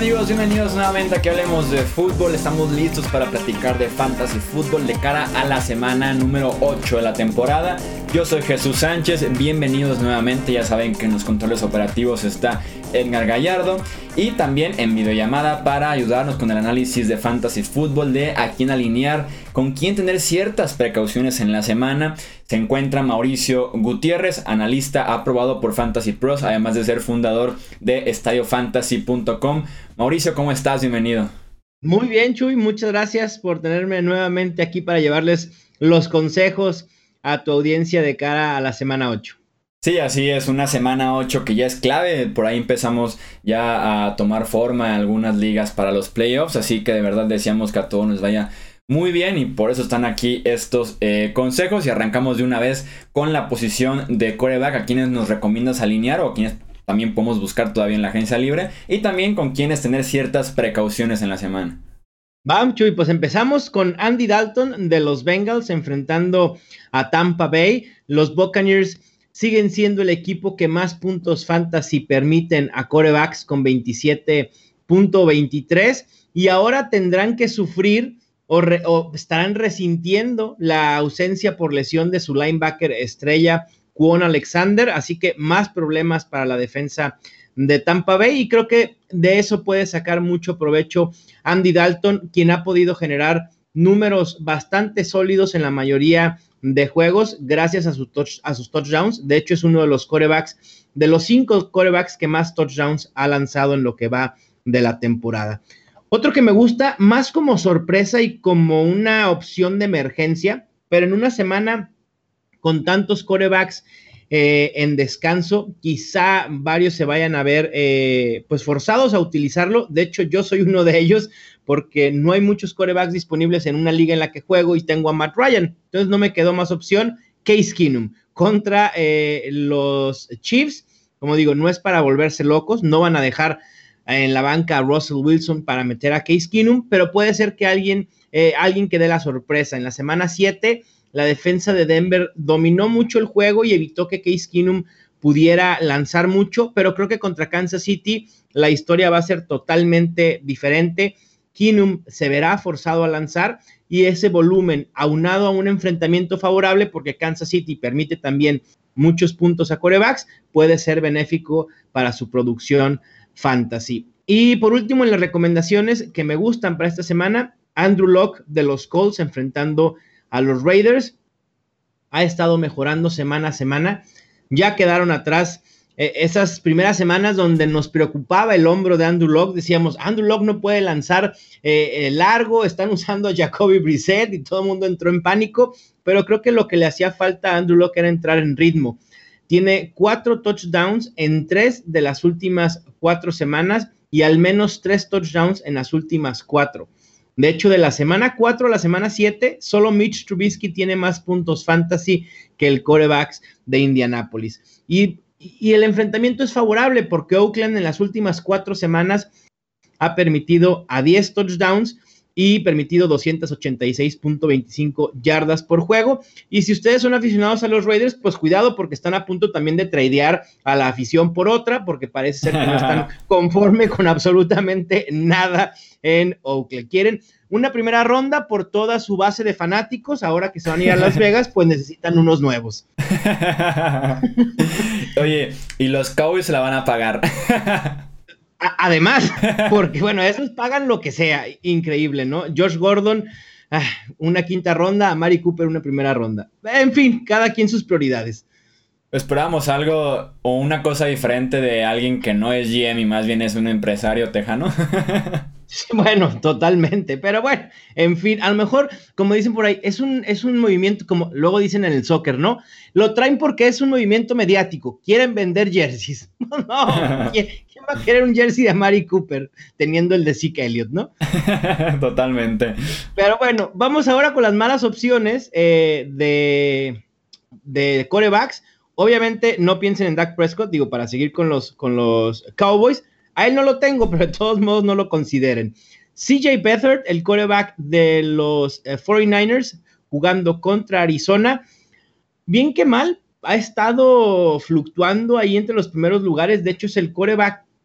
amigos? Bienvenidos nuevamente a que hablemos de fútbol. Estamos listos para platicar de fantasy fútbol de cara a la semana número 8 de la temporada. Yo soy Jesús Sánchez, bienvenidos nuevamente. Ya saben que en los controles operativos está Edgar Gallardo y también en videollamada para ayudarnos con el análisis de fantasy fútbol, de a quién alinear, con quién tener ciertas precauciones en la semana. Se encuentra Mauricio Gutiérrez, analista aprobado por Fantasy Pros, además de ser fundador de estadiofantasy.com. Mauricio, ¿cómo estás? Bienvenido. Muy bien, Chuy, muchas gracias por tenerme nuevamente aquí para llevarles los consejos a tu audiencia de cara a la semana 8. Sí, así es, una semana 8 que ya es clave. Por ahí empezamos ya a tomar forma en algunas ligas para los playoffs, así que de verdad deseamos que a todos nos vaya muy bien y por eso están aquí estos consejos. Y arrancamos de una vez con la posición de quarterback, a quienes nos recomiendas alinear o a quienes también podemos buscar todavía en la agencia libre, y también con quienes tener ciertas precauciones en la semana. Vamos, Chuy, pues empezamos con Andy Dalton de los Bengals enfrentando a Tampa Bay. Los Buccaneers siguen siendo el equipo que más puntos fantasy permiten a quarterbacks con 27.23 y ahora tendrán que sufrir o estarán resintiendo la ausencia por lesión de su linebacker estrella Kwon Alexander, así que más problemas para la defensa de Tampa Bay, y creo que de eso puede sacar mucho provecho Andy Dalton, quien ha podido generar números bastante sólidos en la mayoría de juegos gracias a sus touchdowns. De hecho, es uno de los quarterbacks, de los 5 quarterbacks que más touchdowns ha lanzado en lo que va de la temporada. Otro que me gusta más como sorpresa y como una opción de emergencia, pero en una semana con tantos quarterbacks en descanso, quizá varios se vayan a ver pues forzados a utilizarlo. De hecho, yo soy uno de ellos porque no hay muchos quarterbacks disponibles en una liga en la que juego y tengo a Matt Ryan. Entonces no me quedó más opción. Case Keenum contra los Chiefs. Como digo, no es para volverse locos, no van a dejar en la banca a Russell Wilson para meter a Case Keenum, pero puede ser que alguien que dé la sorpresa. En la semana 7, la defensa de Denver dominó mucho el juego y evitó que Case Keenum pudiera lanzar mucho, pero creo que contra Kansas City la historia va a ser totalmente diferente. Keenum se verá forzado a lanzar y ese volumen, aunado a un enfrentamiento favorable, porque Kansas City permite también muchos puntos a quarterbacks, puede ser benéfico para su producción fantasy. Y por último, en las recomendaciones que me gustan para esta semana, Andrew Luck de los Colts enfrentando a los Raiders. Ha estado mejorando semana a semana. Ya quedaron atrás esas primeras semanas donde nos preocupaba el hombro de Andrew Luck. Decíamos, Andrew Luck no puede lanzar largo, están usando a Jacoby Brissett y todo el mundo entró en pánico, pero creo que lo que le hacía falta a Andrew Luck era entrar en ritmo. Tiene 4 touchdowns en 3 de las últimas 4 semanas y al menos 3 touchdowns en las últimas 4. De hecho, de la semana 4 a la semana 7, solo Mitch Trubisky tiene más puntos fantasy que el quarterback de Indianapolis. Y el enfrentamiento es favorable porque Oakland en las últimas 4 semanas ha permitido a 10 touchdowns y permitido 286.25 yardas por juego. Y si ustedes son aficionados a los Raiders, pues cuidado porque están a punto también de tradear a la afición por otra, porque parece ser que no están conforme con absolutamente nada en Oakland. Quieren una primera ronda por toda su base de fanáticos. Ahora que se van a ir a Las Vegas, pues necesitan unos nuevos. Oye, y los Cowboys se la van a pagar. Además, porque bueno, esos pagan lo que sea, increíble, ¿no? Josh Gordon, una quinta ronda, Amari Cooper una primera ronda. En fin, cada quien sus prioridades. Esperábamos algo o una cosa diferente de alguien que no es GM y más bien es un empresario tejano. Bueno, totalmente, pero bueno, en fin, a lo mejor, como dicen por ahí, es un movimiento, como luego dicen en el soccer, ¿no? Lo traen porque es un movimiento mediático, quieren vender jerseys. No, ¿quién va a querer un jersey de Amari Cooper teniendo el de Zeke Elliott, no? Totalmente. Pero bueno, vamos ahora con las malas opciones de quarterbacks. Obviamente no piensen en Dak Prescott, digo, para seguir con los Cowboys. A él no lo tengo, pero de todos modos no lo consideren. CJ Beathard, el quarterback de los 49ers, jugando contra Arizona. Bien que mal, ha estado fluctuando ahí entre los primeros lugares. De hecho, es el quarterback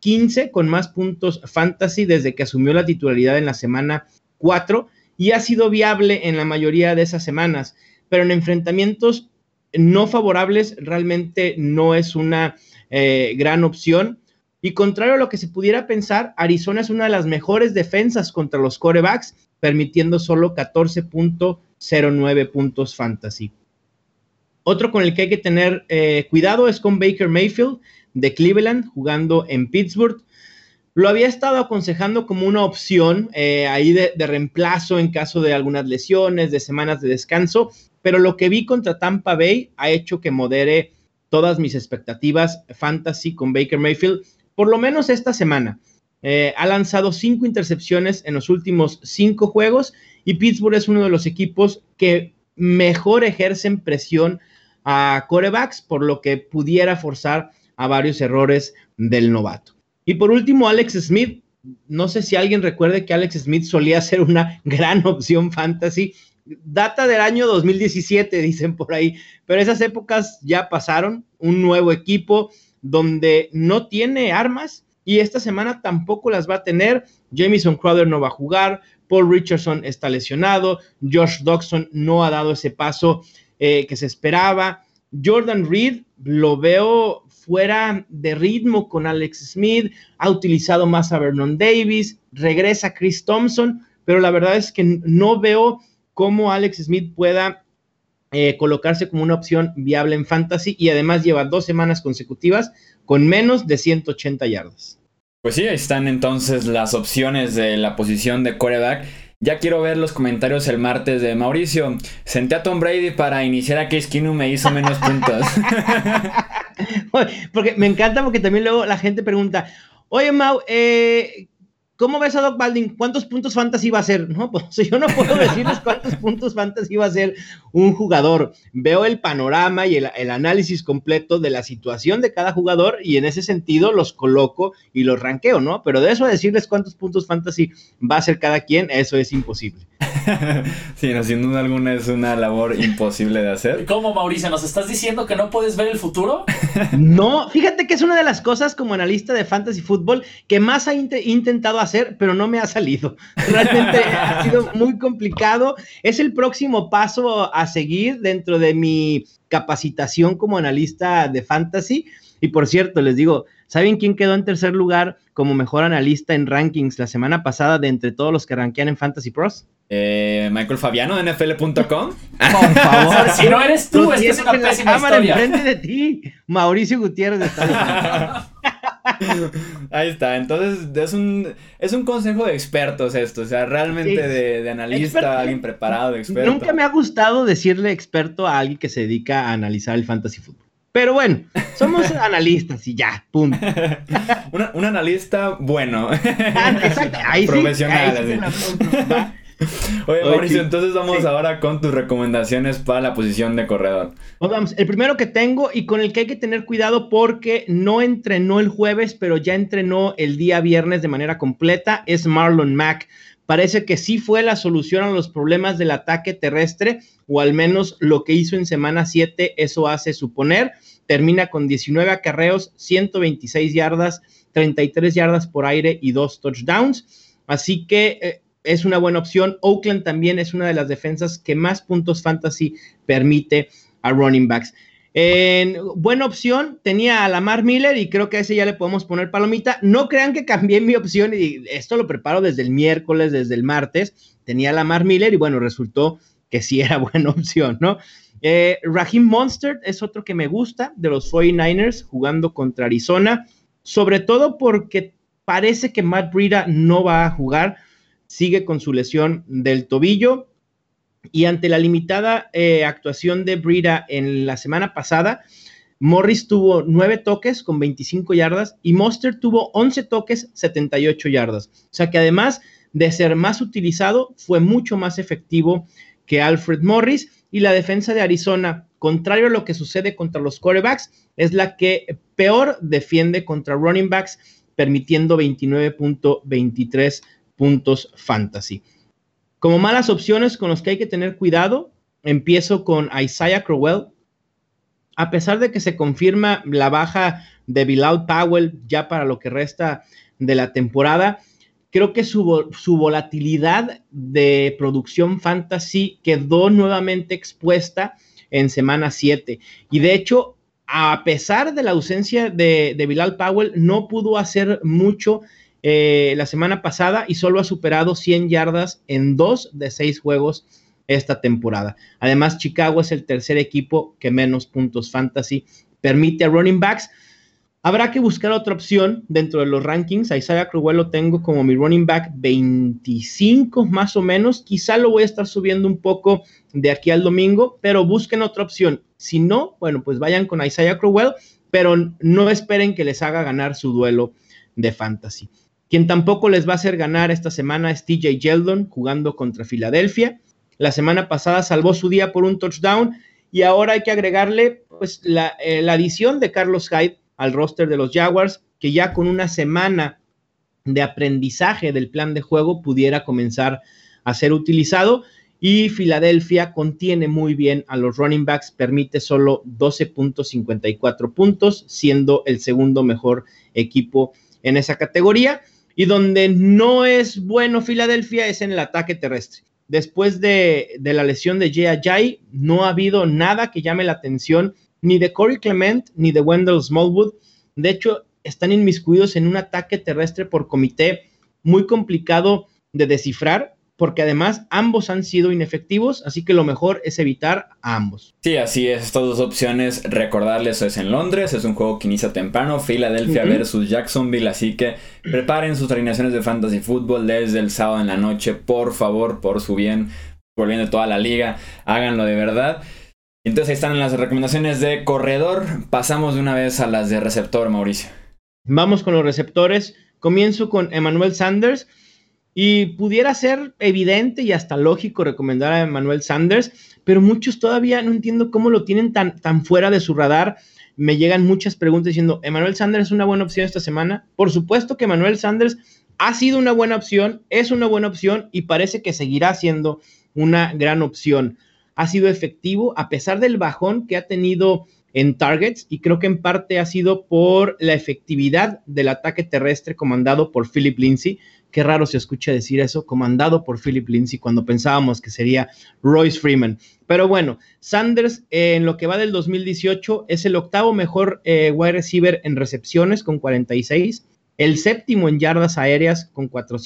15 con más puntos fantasy desde que asumió la titularidad en la semana 4 y ha sido viable en la mayoría de esas semanas, pero en enfrentamientos no favorables realmente no es una gran opción. Y contrario a lo que se pudiera pensar, Arizona es una de las mejores defensas contra los quarterbacks, permitiendo solo 14.09 puntos fantasy. Otro con el que hay que tener cuidado es con Baker Mayfield de Cleveland, jugando en Pittsburgh. Lo había estado aconsejando como una opción ahí de reemplazo en caso de algunas lesiones, de semanas de descanso, pero lo que vi contra Tampa Bay ha hecho que modere todas mis expectativas fantasy con Baker Mayfield, por lo menos esta semana. Ha lanzado 5 intercepciones en los últimos 5 juegos y Pittsburgh es uno de los equipos que mejor ejercen presión a quarterbacks, por lo que pudiera forzar a varios errores del novato. Y por último, Alex Smith. No sé si alguien recuerde que Alex Smith solía ser una gran opción fantasy. Data del año 2017, dicen por ahí, pero esas épocas ya pasaron. Un nuevo equipo donde no tiene armas y esta semana tampoco las va a tener. Jamison Crowder no va a jugar, Paul Richardson está lesionado, Josh Doctson no ha dado ese paso que se esperaba. Jordan Reed lo veo fuera de ritmo con Alex Smith, ha utilizado más a Vernon Davis, regresa Chris Thompson, pero la verdad es que no veo cómo Alex Smith pueda colocarse como una opción viable en fantasy, y además lleva 2 semanas consecutivas con menos de 180 yardas. Pues sí, ahí están entonces las opciones de la posición de quarterback. Ya quiero ver los comentarios el martes de Mauricio. Senté a Tom Brady para iniciar a Case Keenum, me hizo menos puntos. Porque me encanta, porque también luego la gente pregunta, oye Mau, ¿cómo ves a Doc Baldwin? ¿Cuántos puntos fantasy va a hacer? No, pues yo no puedo decirles cuántos puntos fantasy va a hacer un jugador. Veo el panorama y el análisis completo de la situación de cada jugador y en ese sentido los coloco y los ranqueo, ¿no? Pero de eso a decirles cuántos puntos fantasy va a hacer cada quien, eso es imposible. Sí, no, sin duda alguna es una labor imposible de hacer. ¿Cómo, Mauricio? ¿Nos estás diciendo que no puedes ver el futuro? No, fíjate que es una de las cosas como analista de fantasy fútbol que más he intentado hacer, pero no me ha salido. Realmente ha sido muy complicado. Es el próximo paso a seguir dentro de mi capacitación como analista de fantasy. Y por cierto, les digo, ¿saben quién quedó en tercer lugar como mejor analista en rankings la semana pasada de entre todos los que rankean en Fantasy Pros? Michael Fabiano de NFL.com. Por favor, si no eres tú, esta es una pésima historia. Enfrente de ti, Mauricio Gutiérrez de Estados Unidos. Ahí está, entonces es un consejo de expertos esto, o sea, realmente sí, de analista, alguien preparado, de experto. Nunca me ha gustado decirle experto a alguien que se dedica a analizar el fantasy fútbol. Pero bueno, somos analistas y ya, punto. un analista bueno. Exacto, ahí profesional. Sí, Oye, Mauricio, entonces vamos ahora con tus recomendaciones para la posición de corredor. Vamos, el primero que tengo y con el que hay que tener cuidado porque no entrenó el jueves, pero ya entrenó el día viernes de manera completa, es Marlon Mack. Parece que sí fue la solución a los problemas del ataque terrestre, o al menos lo que hizo en semana 7, eso hace suponer. Termina con 19 acarreos, 126 yardas, 33 yardas por aire y 2 touchdowns. Así que es una buena opción. Oakland también es una de las defensas que más puntos fantasy permite a running backs. Buena opción, tenía a Lamar Miller y creo que a ese ya le podemos poner palomita. No crean que cambié mi opción y esto lo preparo desde el miércoles, desde el martes. Tenía a Lamar Miller y bueno, resultó que sí era buena opción, ¿no? Raheem Mostert es otro que me gusta de los 49ers jugando contra Arizona, sobre todo porque parece que Matt Breida no va a jugar, sigue con su lesión del tobillo. Y ante la limitada actuación de Breida en la semana pasada, Morris tuvo 9 toques con 25 yardas y Mostert tuvo 11 toques, 78 yardas. O sea que además de ser más utilizado, fue mucho más efectivo que Alfred Morris. Y la defensa de Arizona, contrario a lo que sucede contra los quarterbacks, es la que peor defiende contra running backs, permitiendo 29.23 puntos fantasy. Como malas opciones con los que hay que tener cuidado, empiezo con Isaiah Crowell. a pesar de que se confirma la baja de Bilal Powell ya para lo que resta de la temporada, creo que su volatilidad de producción fantasy quedó nuevamente expuesta en semana 7. Y de hecho, a pesar de la ausencia de Bilal Powell, no pudo hacer mucho la semana pasada y solo ha superado 100 yardas en 2 de 6 juegos esta temporada. Además, Chicago es el tercer equipo que menos puntos fantasy permite a running backs. Habrá que buscar otra opción dentro de los rankings. A Isaiah Crowell lo tengo como mi running back 25 más o menos. Quizá lo voy a estar subiendo un poco de aquí al domingo, pero busquen otra opción. Si no, bueno, pues vayan con Isaiah Crowell, pero no esperen que les haga ganar su duelo de fantasy. Quien tampoco les va a hacer ganar esta semana es TJ Yeldon jugando contra Filadelfia. La semana pasada salvó su día por un touchdown y ahora hay que agregarle pues la adición de Carlos Hyde al roster de los Jaguars, que ya con una semana de aprendizaje del plan de juego pudiera comenzar a ser utilizado. Y Filadelfia contiene muy bien a los running backs, permite solo 12.54 puntos, siendo el segundo mejor equipo en esa categoría. Y donde no es bueno Filadelfia es en el ataque terrestre. Después de la lesión de Jay Ajayi, no ha habido nada que llame la atención ni de Corey Clement ni de Wendell Smallwood. De hecho, están inmiscuidos en un ataque terrestre por comité muy complicado de descifrar, porque además ambos han sido inefectivos, así que lo mejor es evitar a ambos. Sí, así es, estas dos opciones, recordarles, es en Londres, es un juego que inicia temprano, Filadelfia versus Jacksonville, así que preparen sus alineaciones de fantasy fútbol desde el sábado en la noche, por favor, por su bien, por el bien de toda la liga, háganlo de verdad. Entonces ahí están las recomendaciones de corredor, pasamos de una vez a las de receptor, Mauricio. Vamos con los receptores, comienzo con Emmanuel Sanders. Y pudiera ser evidente y hasta lógico recomendar a Emmanuel Sanders, pero muchos todavía no entiendo cómo lo tienen tan fuera de su radar. Me llegan muchas preguntas diciendo, ¿Emmanuel Sanders es una buena opción esta semana? Por supuesto que Emmanuel Sanders ha sido una buena opción, es una buena opción y parece que seguirá siendo una gran opción. Ha sido efectivo a pesar del bajón que ha tenido en targets y creo que en parte ha sido por la efectividad del ataque terrestre comandado por Philip Lindsay. Qué raro se escucha decir eso, comandado por Philip Lindsay, cuando pensábamos que sería Royce Freeman. Pero bueno, Sanders en lo que va del 2018 es el octavo mejor wide receiver en recepciones con 46, el séptimo en yardas aéreas con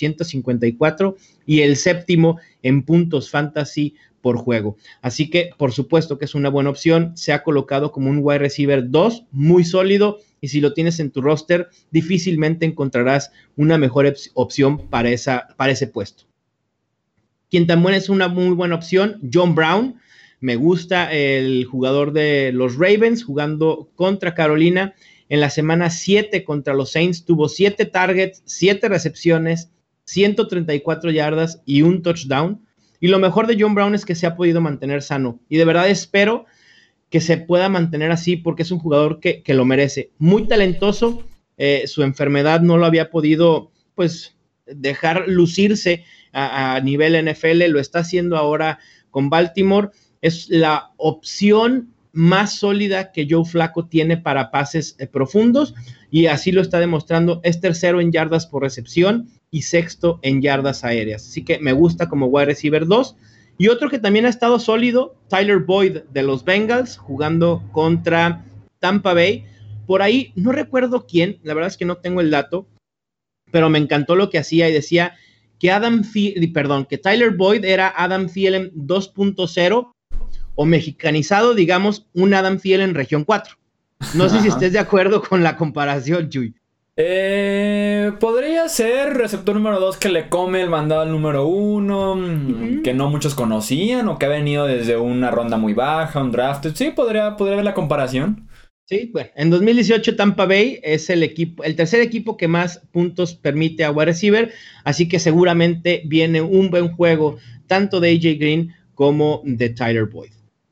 454 y el séptimo en puntos fantasy por juego. Así que, por supuesto que es una buena opción. Se ha colocado como un wide receiver 2, muy sólido, y si lo tienes en tu roster, difícilmente encontrarás una mejor opción para ese puesto. Quien también es una muy buena opción, John Brown. Me gusta el jugador de los Ravens jugando contra Carolina. En la semana 7 contra los Saints tuvo 7 targets, 7 recepciones, 134 yardas y un touchdown. Y lo mejor de John Brown es que se ha podido mantener sano. Y de verdad espero que se pueda mantener así porque es un jugador que lo merece. Muy talentoso. Su enfermedad no lo había podido pues dejar lucirse a nivel NFL. Lo está haciendo ahora con Baltimore. Es la opción más sólida que Joe Flacco tiene para pases profundos y así lo está demostrando. Es tercero en yardas por recepción y sexto en yardas aéreas. Así que me gusta como wide receiver 2. Y otro que también ha estado sólido, Tyler Boyd de los Bengals, jugando contra Tampa Bay. Por ahí, no recuerdo quién, la verdad es que no tengo el dato, pero me encantó lo que hacía y decía que que Tyler Boyd era Adam Thielen 2.0 o mexicanizado, digamos, un Adam Thielen región 4. No sé si estés de acuerdo con la comparación, Chuy. Podría ser receptor número 2 que le come el mandado al número 1, que no muchos conocían o que ha venido desde una ronda muy baja, un draft. Sí, podría haber la comparación. Sí, bueno, en 2018 Tampa Bay es el tercer equipo que más puntos permite a wide receiver, así que seguramente viene un buen juego tanto de AJ Green como de Tyler Boyd.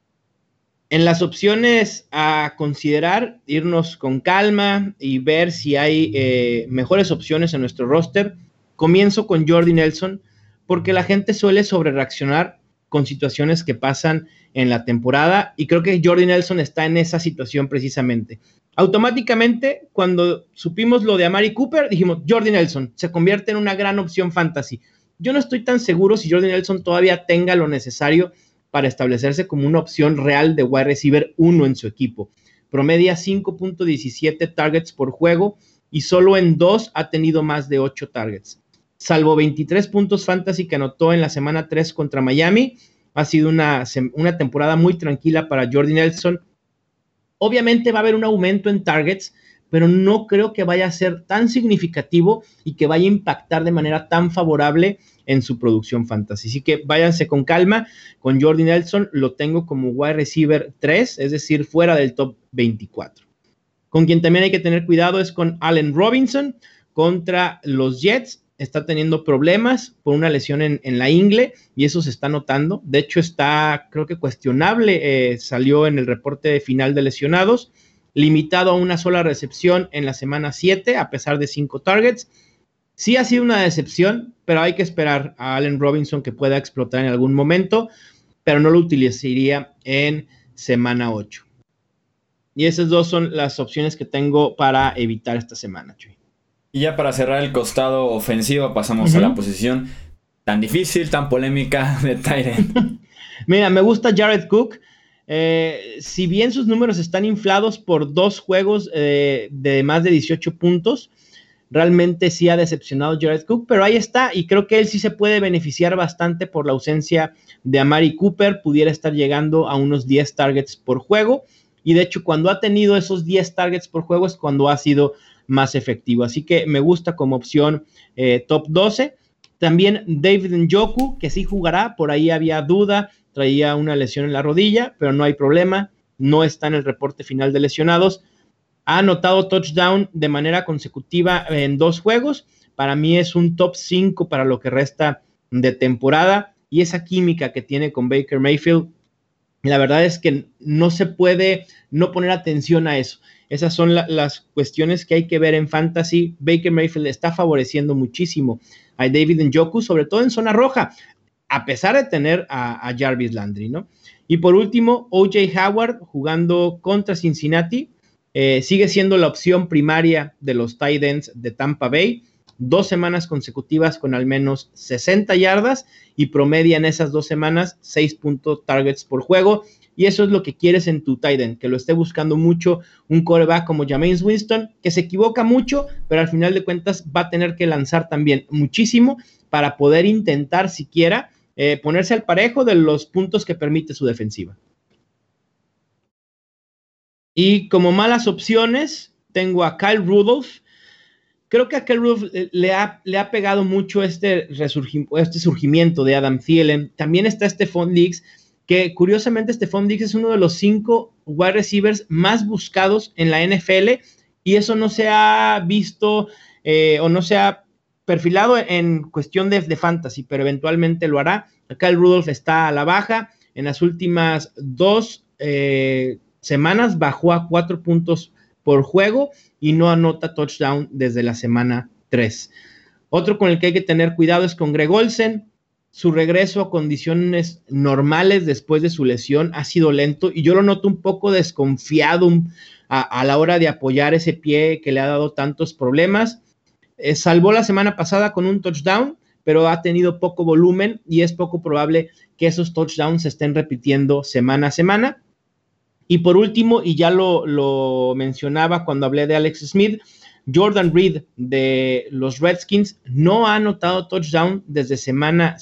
En las opciones a considerar, irnos con calma y ver si hay mejores opciones en nuestro roster. Comienzo con Jordy Nelson, porque la gente suele sobrereaccionar con situaciones que pasan en la temporada, y creo que Jordy Nelson está en esa situación precisamente. Automáticamente, cuando supimos lo de Amari Cooper, dijimos, Jordy Nelson se convierte en una gran opción fantasy. Yo no estoy tan seguro si Jordy Nelson todavía tenga lo necesario para establecerse como una opción real de wide receiver 1 en su equipo. Promedia 5.17 targets por juego y solo en 2 ha tenido más de 8 targets. Salvo 23 puntos fantasy que anotó en la semana 3 contra Miami, ha sido una temporada muy tranquila para Jordy Nelson. Obviamente va a haber un aumento en targets, pero no creo que vaya a ser tan significativo y que vaya a impactar de manera tan favorable en su producción fantasy. Así que váyanse con calma. Con Jordy Nelson lo tengo como wide receiver 3, es decir, fuera del top 24. Con quien también hay que tener cuidado es con Allen Robinson contra los Jets. Está teniendo problemas por una lesión en la ingle y eso se está notando. De hecho, está, creo que cuestionable, salió en el reporte final de lesionados, limitado a una sola recepción en la semana 7, a pesar de 5 targets. Sí ha sido una decepción, pero hay que esperar a Allen Robinson que pueda explotar en algún momento, pero no lo utilizaría en semana 8. Y esas dos son las opciones que tengo para evitar esta semana, Chuy. Y ya para cerrar el costado ofensivo, pasamos a la posición tan difícil, tan polémica de tight end. Mira, me gusta Jared Cook. Si bien sus números están inflados por 2 juegos de más de 18 puntos, realmente sí ha decepcionado Jared Cook, pero ahí está, y creo que él sí se puede beneficiar bastante por la ausencia de Amari Cooper. Pudiera estar llegando a unos 10 targets por juego, y de hecho cuando ha tenido esos 10 targets por juego es cuando ha sido más efectivo, así que me gusta como opción top 12. También David Njoku, que sí jugará, por ahí había duda, traía una lesión en la rodilla, pero no hay problema, no está en el reporte final de lesionados. Ha anotado touchdown de manera consecutiva en 2 juegos, para mí es un top 5 para lo que resta de temporada, y esa química que tiene con Baker Mayfield, la verdad es que no se puede no poner atención a eso. Esas son las cuestiones que hay que ver en fantasy. Baker Mayfield está favoreciendo muchísimo a David Njoku, sobre todo en zona roja, a pesar de tener a Jarvis Landry, ¿no? Y por último, O.J. Howard jugando contra Cincinnati, sigue siendo la opción primaria de los tight ends de Tampa Bay. 2 semanas consecutivas con al menos 60 yardas y promedia en esas 2 semanas 6 targets por juego, y eso es lo que quieres en tu tight end, que lo esté buscando mucho un quarterback como Jameis Winston, que se equivoca mucho, pero al final de cuentas va a tener que lanzar también muchísimo para poder intentar siquiera ponerse al parejo de los puntos que permite su defensiva. Y como malas opciones tengo a Kyle Rudolph. Creo que a Kyle Rudolph le ha pegado mucho este surgimiento de Adam Thielen. También está Stephon Diggs, que curiosamente Stephon Diggs es uno de los 5 wide receivers más buscados en la NFL, y eso no se ha visto o no se ha perfilado en cuestión de fantasy, pero eventualmente lo hará. Kyle Rudolph está a la baja. En las últimas 2 semanas bajó a 4 puntos por juego y no anota touchdown desde la semana 3. Otro con el que hay que tener cuidado es con Greg Olsen. Su regreso a condiciones normales después de su lesión ha sido lento, y yo lo noto un poco desconfiado a la hora de apoyar ese pie que le ha dado tantos problemas. Salvó la semana pasada con un touchdown, pero ha tenido poco volumen y es poco probable que esos touchdowns se estén repitiendo semana a semana. Y por último, y ya lo mencionaba cuando hablé de Alex Smith, Jordan Reed de los Redskins no ha anotado touchdown desde semana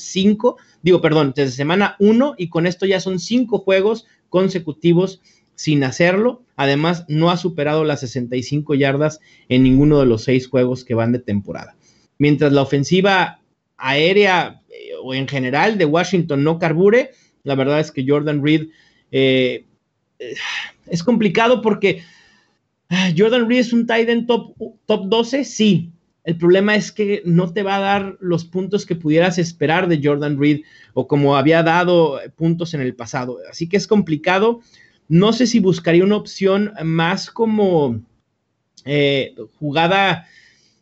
1, y con esto ya son 5 juegos consecutivos sin hacerlo. Además, no ha superado las 65 yardas en ninguno de los 6 juegos que van de temporada. Mientras la ofensiva aérea o en general de Washington no carbure, la verdad es que Jordan Reed es complicado porque Jordan Reed es un tight end top 12, sí. El problema es que no te va a dar los puntos que pudieras esperar de Jordan Reed o como había dado puntos en el pasado. Así que es complicado. No sé si buscaría una opción más como jugada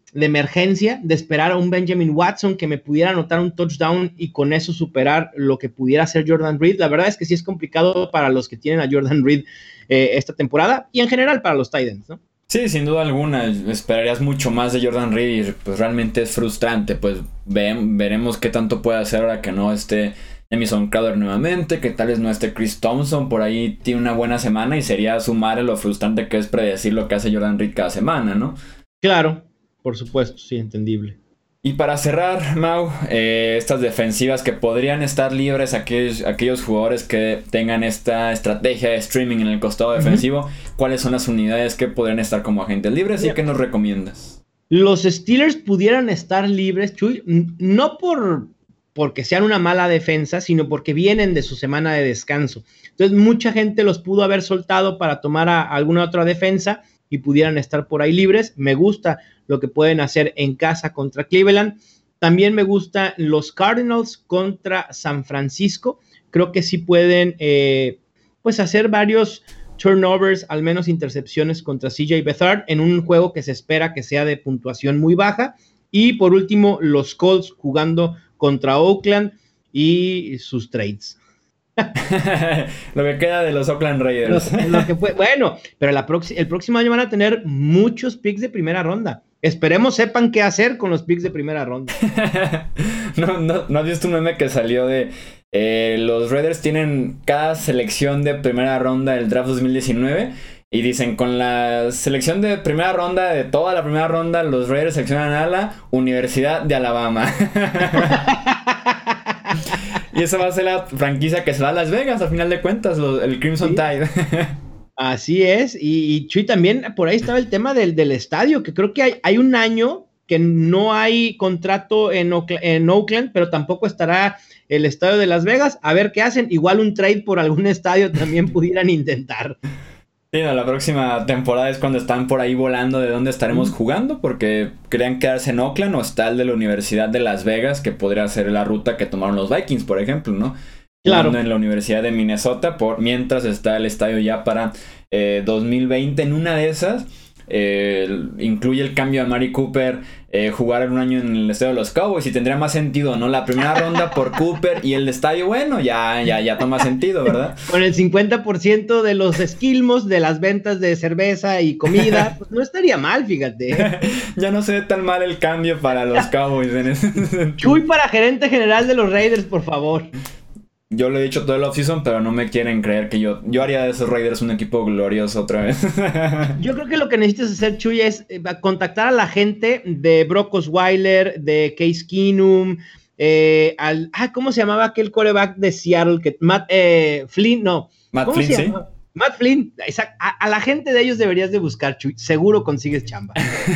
emergencia, de esperar a un Benjamin Watson que me pudiera anotar un touchdown y con eso superar lo que pudiera hacer Jordan Reed. La verdad es que sí es complicado para los que tienen a Jordan Reed esta temporada y en general para los Titans, ¿no? Sí, sin duda alguna, esperarías mucho más de Jordan Reed y pues realmente es frustrante, pues veremos qué tanto puede hacer ahora que no esté Jamison Crowder nuevamente, que tal vez no esté Chris Thompson, por ahí tiene una buena semana y sería sumar lo frustrante que es predecir lo que hace Jordan Reed cada semana, ¿no? Claro, por supuesto, sí, entendible. Y para cerrar, Mau, estas defensivas que podrían estar libres, aquellos jugadores que tengan esta estrategia de streaming en el costado defensivo, ¿cuáles son las unidades que podrían estar como agentes libres y qué nos recomiendas? Los Steelers pudieran estar libres, Chuy, no porque sean una mala defensa, sino porque vienen de su semana de descanso. Entonces, mucha gente los pudo haber soltado para tomar a alguna otra defensa y pudieran estar por ahí libres. Me gusta lo que pueden hacer en casa contra Cleveland. También me gustan los Cardinals contra San Francisco. Creo que sí pueden pues hacer varios turnovers, al menos intercepciones contra CJ Beathard en un juego que se espera que sea de puntuación muy baja. Y por último, los Colts jugando contra Oakland y sus trades. Lo que queda de los Oakland Raiders. Bueno, pero el próximo año van a tener muchos picks de primera ronda. Esperemos sepan qué hacer con los picks de primera ronda. ¿No has visto un meme que salió de los Raiders tienen cada selección de primera ronda del draft 2019 y dicen con la selección de primera ronda de toda la primera ronda los Raiders seleccionan a la Universidad de Alabama? Y esa va a ser la franquicia que se va a Las Vegas, al final de cuentas, el Crimson Tide. Así es, y Chuy, también por ahí estaba el tema del estadio, que creo que hay un año que no hay contrato en Oakland, pero tampoco estará el estadio de Las Vegas. A ver qué hacen, igual un trade por algún estadio también pudieran intentar. Sí, no, la próxima temporada es cuando están por ahí volando de dónde estaremos jugando, porque querían quedarse en Oakland o está el de la Universidad de Las Vegas, que podría ser la ruta que tomaron los Vikings, por ejemplo, ¿no? Claro. En la Universidad de Minnesota, mientras está el estadio ya para 2020. En una de esas, incluye el cambio a Mari Cooper, jugar en un año en el estadio de los Cowboys, y tendría más sentido, ¿no? La primera ronda por Cooper y el estadio, bueno, ya toma sentido, ¿verdad? Con el 50% de los esquilmos de las ventas de cerveza y comida, pues no estaría mal, fíjate. Ya no se ve tan mal el cambio para los Cowboys en ese sentido. Chuy para gerente general de los Raiders, por favor. Yo lo he dicho todo el offseason, pero no me quieren creer que yo haría de esos Raiders un equipo glorioso otra vez. Yo creo que lo que necesitas hacer, Chuy, es contactar a la gente de Brock Osweiler, de Case Keenum, ¿cómo se llamaba aquel quarterback de Seattle? Matt Flynn, sí. Matt Flynn, a la gente de ellos deberías de buscar, Chuy, seguro consigues chamba.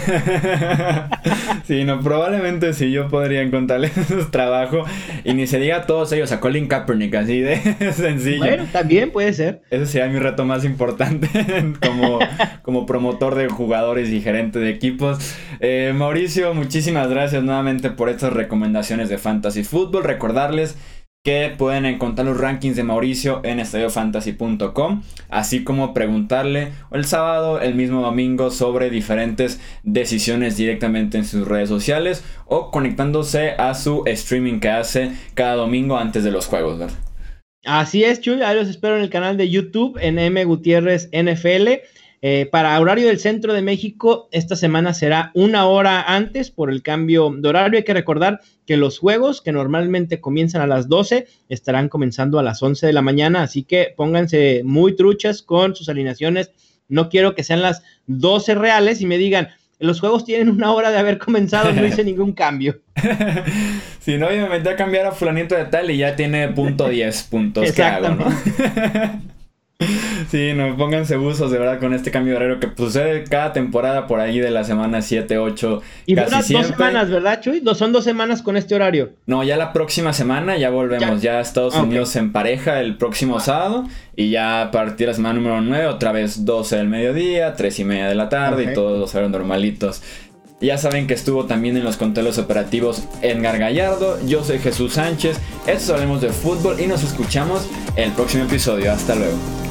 Sí, no, probablemente sí, yo podría encontrarles trabajo, y ni se diga a todos ellos, a Colin Kaepernick, así de sencillo. Bueno, también puede ser. Ese sería mi reto más importante como promotor de jugadores y gerente de equipos. Mauricio, muchísimas gracias nuevamente por estas recomendaciones de Fantasy Football. Recordarles que pueden encontrar los rankings de Mauricio en estadiofantasy.com, así como preguntarle el sábado, el mismo domingo, sobre diferentes decisiones directamente en sus redes sociales o conectándose a su streaming que hace cada domingo antes de los juegos, ¿verdad? Así es, Chuy, ahí los espero en el canal de YouTube en M. Gutiérrez NFL. Para horario del centro de México, esta semana será 1 hora antes por el cambio de horario. Hay que recordar que los juegos, que normalmente comienzan a las 12, estarán comenzando a las 11 de la mañana, así que pónganse muy truchas con sus alineaciones. No quiero que sean las 12 reales y me digan, los juegos tienen 1 hora de haber comenzado, no hice ningún cambio. Si no, yo me metí a cambiar a fulanito de tal y ya tiene .10 puntos. ¿Qué hago, no? Sí, no, pónganse buzos de verdad con este cambio de horario que sucede cada temporada por ahí de la semana 7, 8, y casi dura siempre. 2 semanas, ¿verdad, Chuy? Son 2 semanas con este horario. No, ya la próxima semana ya volvemos, ya Estados Unidos en pareja el próximo sábado, y ya a partir de la semana número 9 otra vez 12 del mediodía, 3:30 de la tarde, y todos los horarios normalitos. Ya saben que estuvo también en los controles operativos Edgar Gallardo. Yo soy Jesús Sánchez, esto es Hablemos de Fútbol y nos escuchamos en el próximo episodio. Hasta luego.